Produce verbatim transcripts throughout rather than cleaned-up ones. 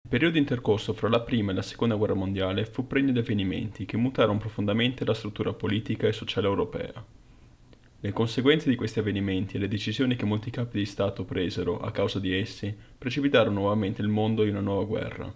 Il periodo intercorso fra la prima e la seconda guerra mondiale fu pregno di avvenimenti che mutarono profondamente la struttura politica e sociale europea. Le conseguenze di questi avvenimenti e le decisioni che molti capi di Stato presero a causa di essi precipitarono nuovamente il mondo in una nuova guerra.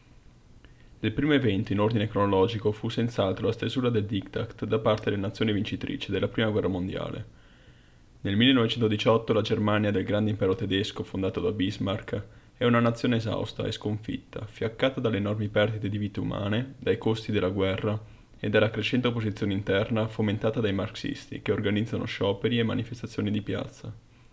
Il primo evento in ordine cronologico fu senz'altro la stesura del Diktat da parte delle nazioni vincitrici della prima guerra mondiale. Nel millenovecentodiciotto la Germania del grande impero tedesco fondato da Bismarck è una nazione esausta e sconfitta, fiaccata dalle enormi perdite di vite umane, dai costi della guerra e dalla crescente opposizione interna fomentata dai marxisti che organizzano scioperi e manifestazioni di piazza.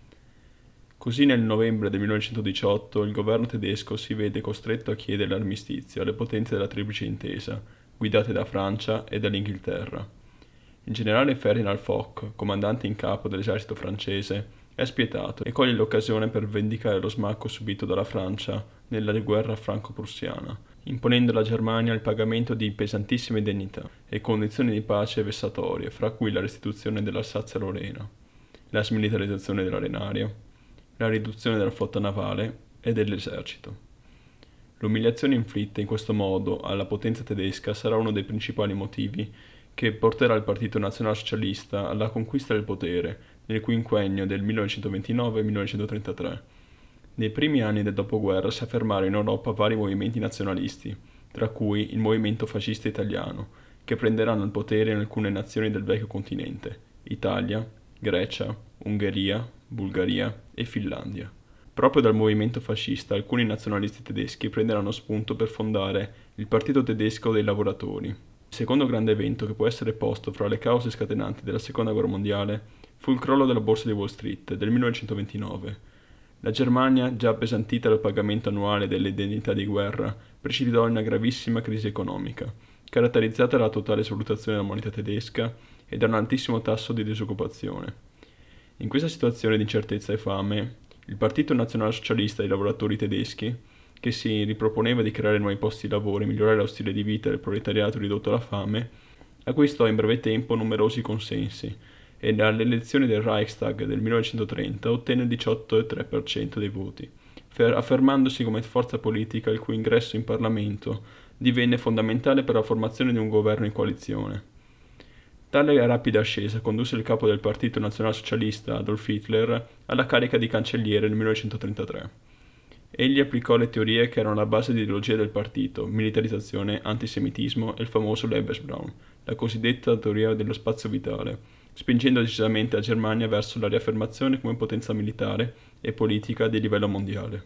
Così nel novembre del millenovecentodiciotto il governo tedesco si vede costretto a chiedere l'armistizio alle potenze della Triplice Intesa, guidate da Francia e dall'Inghilterra. Il generale Ferdinand Foch, comandante in capo dell'esercito francese, è spietato e coglie l'occasione per vendicare lo smacco subito dalla Francia nella guerra franco-prussiana, imponendo alla Germania il pagamento di pesantissime indennità e condizioni di pace vessatorie, fra cui la restituzione dell'Alsazia-Lorena, la smilitarizzazione dell'arenaria, la riduzione della flotta navale e dell'esercito. L'umiliazione inflitta in questo modo alla potenza tedesca sarà uno dei principali motivi che porterà il Partito Nazionalsocialista alla conquista del potere nel quinquennio del millenovecentoventinove millenovecentotrentatré. Nei primi anni del dopoguerra si affermarono in Europa vari movimenti nazionalisti, tra cui il movimento fascista italiano, che prenderanno il potere in alcune nazioni del vecchio continente: Italia, Grecia, Ungheria, Bulgaria e Finlandia. Proprio dal movimento fascista alcuni nazionalisti tedeschi prenderanno spunto per fondare il Partito Tedesco dei Lavoratori. Il secondo grande evento che può essere posto fra le cause scatenanti della Seconda Guerra Mondiale fu il crollo della borsa di Wall Street del millenovecentoventinove. La Germania, già appesantita dal pagamento annuale delle indennità di guerra, precipitò in una gravissima crisi economica, caratterizzata dalla totale svalutazione della moneta tedesca e da un altissimo tasso di disoccupazione. In questa situazione di incertezza e fame, il Partito Nazionalsocialista dei Lavoratori Tedeschi, che si riproponeva di creare nuovi posti di lavoro e migliorare lo stile di vita del proletariato ridotto alla fame, acquistò in breve tempo numerosi consensi e alle elezioni del Reichstag del millenovecentotrenta ottenne il diciotto virgola tre per cento dei voti, affermandosi come forza politica il cui ingresso in Parlamento divenne fondamentale per la formazione di un governo in coalizione. Tale rapida ascesa condusse il capo del Partito Nazionalsocialista Adolf Hitler alla carica di cancelliere nel millenovecentotrentatré. Egli applicò le teorie che erano alla base dell'ideologia del partito: militarizzazione, antisemitismo e il famoso Lebensraum, la cosiddetta teoria dello spazio vitale, spingendo decisamente la Germania verso la riaffermazione come potenza militare e politica di livello mondiale.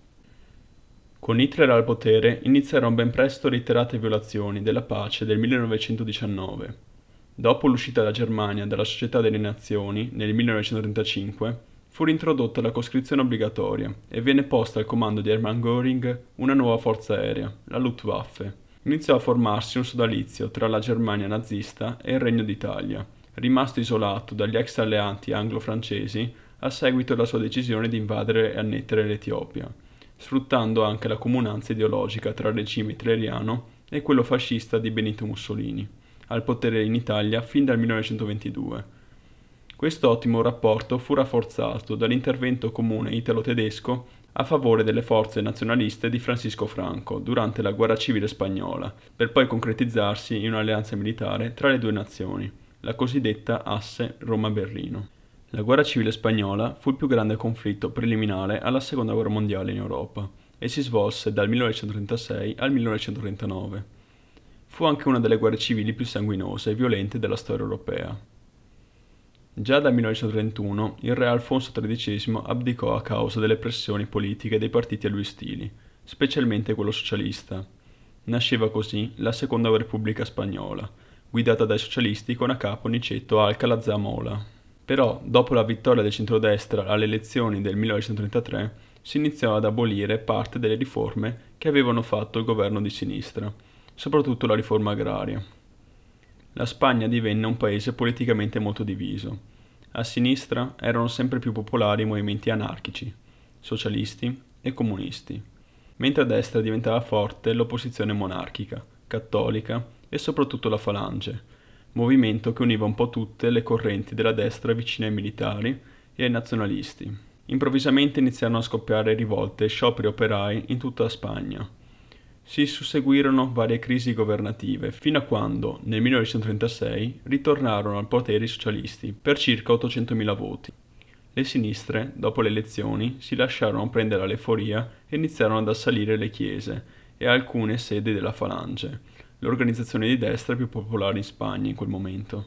Con Hitler al potere iniziarono ben presto reiterate violazioni della pace del millenovecentodiciannove. Dopo l'uscita della Germania dalla Società delle Nazioni nel millenovecentotrentacinque, fu reintrodotta la coscrizione obbligatoria e venne posta al comando di Hermann Göring una nuova forza aerea, la Luftwaffe. Iniziò a formarsi un sodalizio tra la Germania nazista e il Regno d'Italia, rimasto isolato dagli ex alleati anglo-francesi a seguito della sua decisione di invadere e annettere l'Etiopia, sfruttando anche la comunanza ideologica tra il regime hitleriano e quello fascista di Benito Mussolini, al potere in Italia fin dal millenovecentoventidue. Questo ottimo rapporto fu rafforzato dall'intervento comune italo-tedesco a favore delle forze nazionaliste di Francisco Franco durante la guerra civile spagnola, per poi concretizzarsi in un'alleanza militare tra le due nazioni, la cosiddetta asse Roma-Berlino. La guerra civile spagnola fu il più grande conflitto preliminare alla Seconda Guerra Mondiale in Europa e si svolse dal millenovecentotrentasei al millenovecentotrentanove. Fu anche una delle guerre civili più sanguinose e violente della storia europea. Già dal millenovecentotrentuno il re Alfonso tredicesimo abdicò a causa delle pressioni politiche dei partiti a lui ostili, specialmente quello socialista. Nasceva così la Seconda Repubblica Spagnola, guidata dai socialisti con a capo Niceto Alcalá Zamora. Però, dopo la vittoria del centrodestra alle elezioni del millenovecentotrentatré, si iniziò ad abolire parte delle riforme che avevano fatto il governo di sinistra, soprattutto la riforma agraria. La Spagna divenne un paese politicamente molto diviso. A sinistra erano sempre più popolari i movimenti anarchici, socialisti e comunisti, mentre a destra diventava forte l'opposizione monarchica, cattolica e soprattutto la Falange, movimento che univa un po' tutte le correnti della destra vicine ai militari e ai nazionalisti. Improvvisamente iniziarono a scoppiare rivolte e scioperi operai in tutta la Spagna. Si susseguirono varie crisi governative, fino a quando, nel millenovecentotrentasei, ritornarono al potere i socialisti, per circa ottocentomila voti. Le sinistre, dopo le elezioni, si lasciarono prendere all'euforia e iniziarono ad assalire le chiese e alcune sedi della Falange, l'organizzazione di destra più popolare in Spagna in quel momento.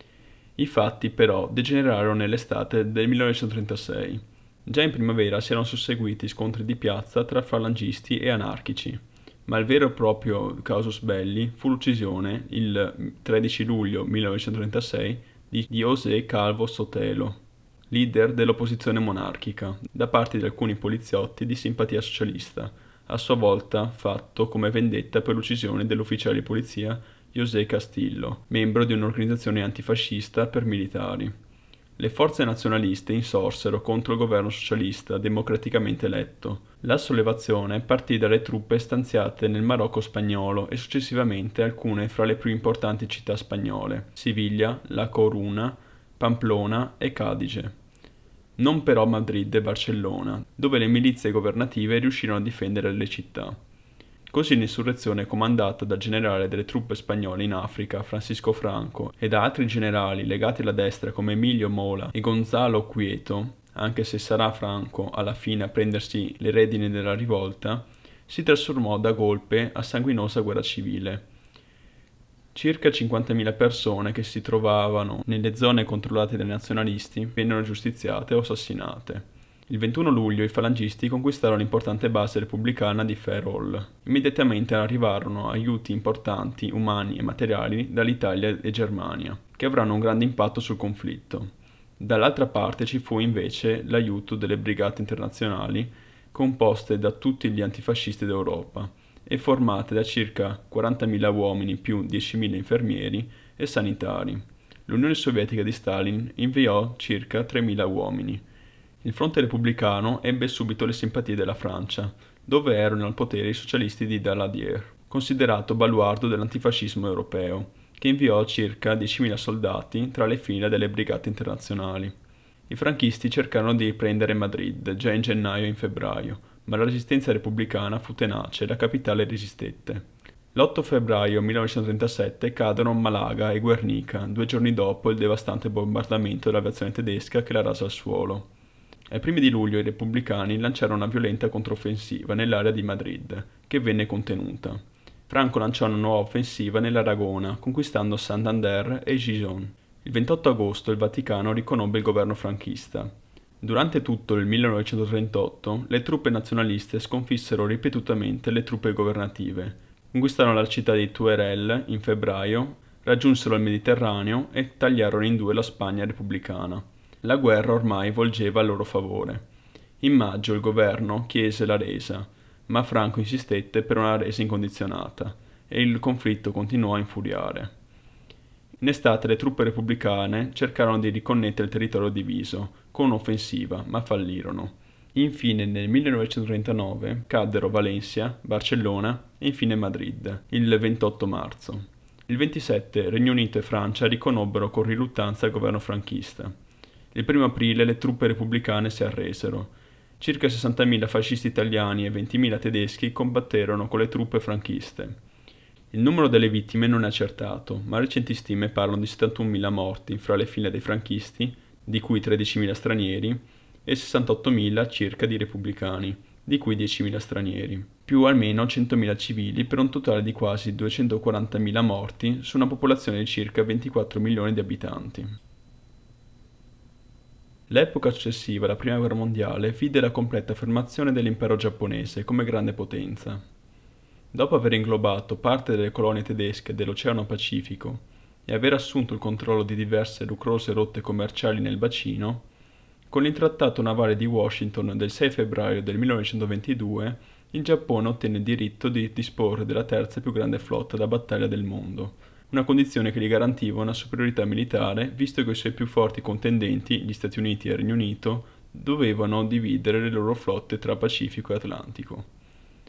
I fatti, però, degenerarono nell'estate del millenovecentotrentasei. Già in primavera si erano susseguiti scontri di piazza tra falangisti e anarchici, ma il vero e proprio casus belli fu l'uccisione, il tredici luglio millenovecentotrentasei, di José Calvo Sotelo, leader dell'opposizione monarchica, da parte di alcuni poliziotti di simpatia socialista, a sua volta fatto come vendetta per l'uccisione dell'ufficiale di polizia José Castillo, membro di un'organizzazione antifascista per militari. Le forze nazionaliste insorsero contro il governo socialista democraticamente eletto. La sollevazione partì dalle truppe stanziate nel Marocco spagnolo e successivamente alcune fra le più importanti città spagnole: Siviglia, La Coruna, Pamplona e Cadice. Non però Madrid e Barcellona, dove le milizie governative riuscirono a difendere le città. Così l'insurrezione, comandata dal generale delle truppe spagnole in Africa, Francisco Franco, e da altri generali legati alla destra come Emilio Mola e Gonzalo Quieto, anche se sarà Franco alla fine a prendersi le redini della rivolta, si trasformò da golpe a sanguinosa guerra civile. Circa cinquantamila persone che si trovavano nelle zone controllate dai nazionalisti vennero giustiziate o assassinate. Il ventuno luglio i falangisti conquistarono l'importante base repubblicana di Ferrol. Immediatamente arrivarono aiuti importanti, umani e materiali dall'Italia e Germania, che avranno un grande impatto sul conflitto. Dall'altra parte ci fu invece l'aiuto delle brigate internazionali, composte da tutti gli antifascisti d'Europa e formate da circa quarantamila uomini più diecimila infermieri e sanitari. L'Unione Sovietica di Stalin inviò circa tremila uomini. Il fronte repubblicano ebbe subito le simpatie della Francia, dove erano al potere i socialisti di Daladier, considerato baluardo dell'antifascismo europeo, che inviò circa diecimila soldati tra le fila delle brigate internazionali. I franchisti cercarono di riprendere Madrid già in gennaio e in febbraio, ma la resistenza repubblicana fu tenace e la capitale resistette. L'otto febbraio millenovecentotrentasette cadono Malaga e Guernica, due giorni dopo il devastante bombardamento dell'aviazione tedesca che la rase al suolo. Ai primi di luglio i repubblicani lanciarono una violenta controffensiva nell'area di Madrid, che venne contenuta. Franco lanciò una nuova offensiva nell'Aragona, conquistando Santander e Gijón. Il ventotto agosto il Vaticano riconobbe il governo franchista. Durante tutto il millenovecentotrentotto le truppe nazionaliste sconfissero ripetutamente le truppe governative, conquistarono la città di Teruel in febbraio, raggiunsero il Mediterraneo e tagliarono in due la Spagna repubblicana. La guerra ormai volgeva a loro favore. In maggio il governo chiese la resa, ma Franco insistette per una resa incondizionata e il conflitto continuò a infuriare. In estate le truppe repubblicane cercarono di riconnettere il territorio diviso con un'offensiva, ma fallirono. Infine nel millenovecentotrentanove caddero Valencia, Barcellona e infine Madrid, il ventotto marzo. Il ventisette Regno Unito e Francia riconobbero con riluttanza il governo franchista. Il primo aprile le truppe repubblicane si arresero. Circa sessantamila fascisti italiani e ventimila tedeschi combatterono con le truppe franchiste. Il numero delle vittime non è accertato, ma recenti stime parlano di settantunomila morti fra le file dei franchisti, di cui tredicimila stranieri, e sessantottomila circa di repubblicani, di cui diecimila stranieri, più almeno centomila civili per un totale di quasi duecentoquarantamila morti su una popolazione di circa ventiquattro milioni di abitanti. L'epoca successiva alla Prima Guerra Mondiale vide la completa affermazione dell'impero giapponese come grande potenza. Dopo aver inglobato parte delle colonie tedesche dell'Oceano Pacifico e aver assunto il controllo di diverse lucrose rotte commerciali nel bacino, con il Trattato navale di Washington del sei febbraio del millenovecentoventidue, il Giappone ottenne il diritto di disporre della terza più grande flotta da battaglia del mondo, una condizione che gli garantiva una superiorità militare, visto che i suoi più forti contendenti, gli Stati Uniti e il Regno Unito, dovevano dividere le loro flotte tra Pacifico e Atlantico.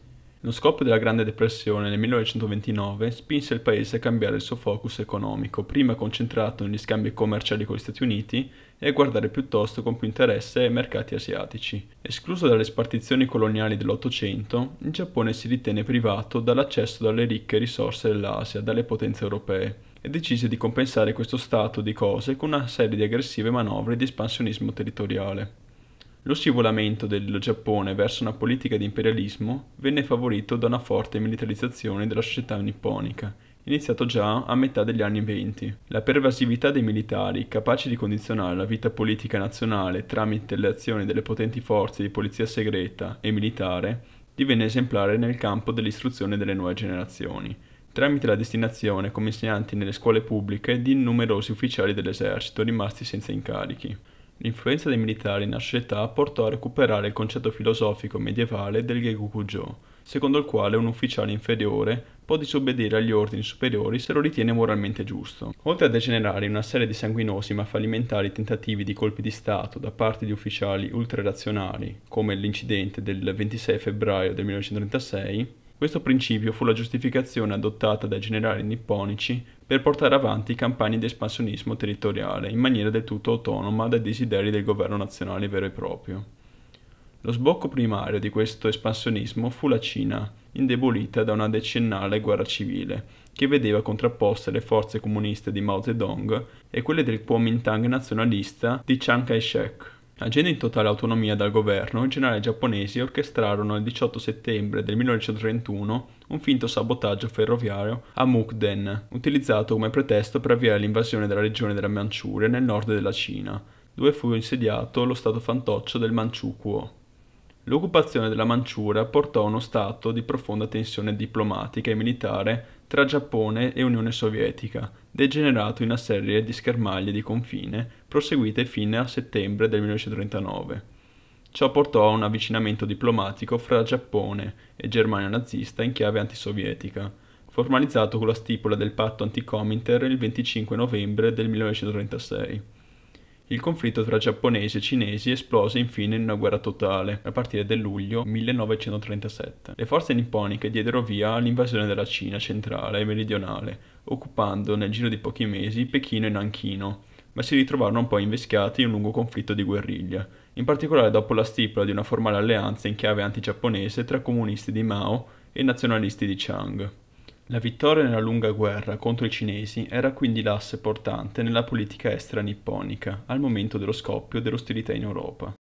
Lo scoppio della Grande Depressione nel millenovecentoventinove spinse il paese a cambiare il suo focus economico, prima concentrato negli scambi commerciali con gli Stati Uniti e a guardare piuttosto con più interesse ai mercati asiatici. Escluso dalle spartizioni coloniali dell'Ottocento, il Giappone si ritenne privato dall'accesso alle ricche risorse dell'Asia dalle potenze europee e decise di compensare questo stato di cose con una serie di aggressive manovre di espansionismo territoriale. Lo scivolamento del Giappone verso una politica di imperialismo venne favorito da una forte militarizzazione della società nipponica, iniziato già a metà degli anni venti. La pervasività dei militari, capaci di condizionare la vita politica nazionale tramite le azioni delle potenti forze di polizia segreta e militare, divenne esemplare nel campo dell'istruzione delle nuove generazioni, tramite la destinazione come insegnanti nelle scuole pubbliche di numerosi ufficiali dell'esercito rimasti senza incarichi. L'influenza dei militari nella società portò a recuperare il concetto filosofico medievale del Gegokujo, secondo il quale un ufficiale inferiore può disobbedire agli ordini superiori se lo ritiene moralmente giusto. Oltre a degenerare in una serie di sanguinosi ma fallimentari tentativi di colpi di Stato da parte di ufficiali ultrarazionali, come l'incidente del ventisei febbraio del millenovecentotrentasei, questo principio fu la giustificazione adottata dai generali nipponici per portare avanti campagne di espansionismo territoriale in maniera del tutto autonoma dai desideri del governo nazionale vero e proprio. Lo sbocco primario di questo espansionismo fu la Cina, indebolita da una decennale guerra civile, che vedeva contrapposte le forze comuniste di Mao Zedong e quelle del Kuomintang nazionalista di Chiang Kai-shek. Agendo in totale autonomia dal governo, i generali giapponesi orchestrarono il diciotto settembre del millenovecentotrentuno un finto sabotaggio ferroviario a Mukden, utilizzato come pretesto per avviare l'invasione della regione della Manciuria nel nord della Cina, dove fu insediato lo stato fantoccio del Manchukuo. L'occupazione della Manciuria portò a uno stato di profonda tensione diplomatica e militare tra Giappone e Unione Sovietica, degenerato in una serie di schermaglie di confine proseguite fino a settembre del millenovecentotrentanove. Ciò portò a un avvicinamento diplomatico fra Giappone e Germania nazista in chiave antisovietica, formalizzato con la stipula del patto anti-Comintern il venticinque novembre del millenovecentotrentasei. Il conflitto tra giapponesi e cinesi esplose infine in una guerra totale, a partire da luglio millenovecentotrentasette. Le forze nipponiche diedero via all'invasione della Cina centrale e meridionale, occupando nel giro di pochi mesi Pechino e Nanchino, ma si ritrovarono poi invischiati in un lungo conflitto di guerriglia, in particolare dopo la stipula di una formale alleanza in chiave anti-giapponese tra comunisti di Mao e nazionalisti di Chiang. La vittoria nella lunga guerra contro i cinesi era quindi l'asse portante nella politica estera nipponica al momento dello scoppio delle ostilità in Europa.